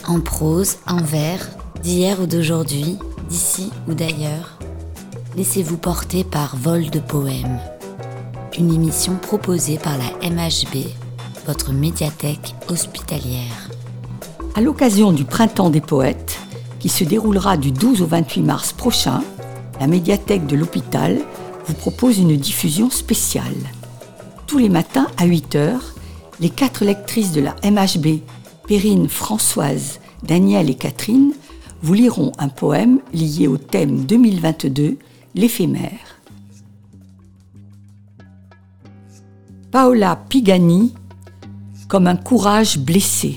En prose, en vers, d'hier ou d'aujourd'hui, d'ici ou d'ailleurs, laissez-vous porter par Vol de poèmes. Une émission proposée par la MHB, votre médiathèque hospitalière. À l'occasion du Printemps des poètes, qui se déroulera du 12 au 28 mars prochain, la médiathèque de l'hôpital vous propose une diffusion spéciale. Tous les matins à 8h, les 4 lectrices de la MHB, Perrine, Françoise, Danielle et Catherine, vous liront un poème lié au thème 2022, l'éphémère. Paola Pigani, comme un courage blessé.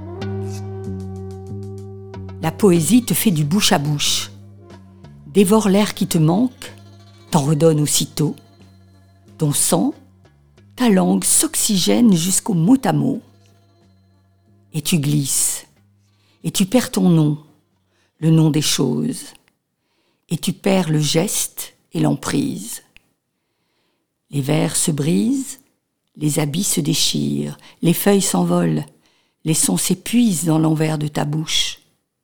La poésie te fait du bouche à bouche, dévore l'air qui te manque, t'en redonne aussitôt. Ton sang, ta langue s'oxygène jusqu'au mot à mot. Et tu glisses, et tu perds ton nom, le nom des choses, et tu perds le geste et l'emprise. Les vers se brisent, les habits se déchirent, les feuilles s'envolent, les sons s'épuisent dans l'envers de ta bouche.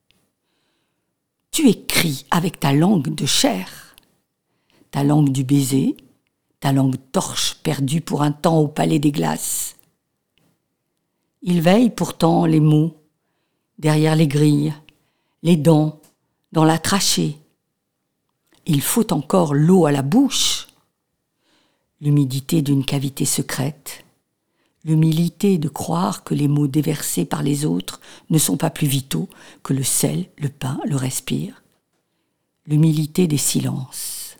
Tu écris avec ta langue de chair, ta langue du baiser, ta langue torche perdue pour un temps au palais des glaces. Il veille pourtant les mots, derrière les grilles, les dents, dans la trachée. Il faut encore l'eau à la bouche, l'humidité d'une cavité secrète, l'humilité de croire que les mots déversés par les autres ne sont pas plus vitaux que le sel, le pain, le respire, l'humilité des silences.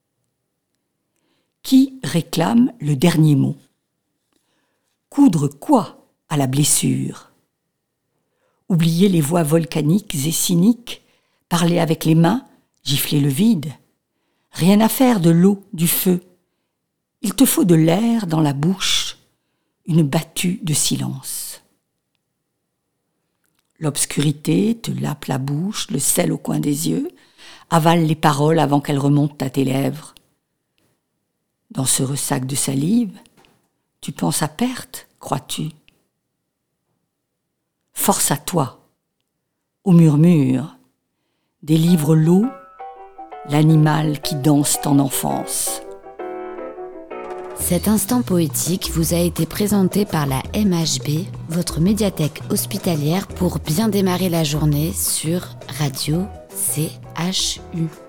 Qui réclame le dernier mot? Coudre quoi à la blessure? Oublier les voix volcaniques et cyniques, parler avec les mains, gifler le vide. Rien à faire de l'eau, du feu. Il te faut de l'air dans la bouche, une battue de silence. L'obscurité te lappe la bouche, le sel au coin des yeux, avale les paroles avant qu'elles remontent à tes lèvres. Dans ce ressac de salive, tu penses à perte, crois-tu? Force à toi, au murmure, délivre l'eau, l'animal qui danse en enfance. Cet instant poétique vous a été présenté par la MHB, votre médiathèque hospitalière, pour bien démarrer la journée sur Radio CHU.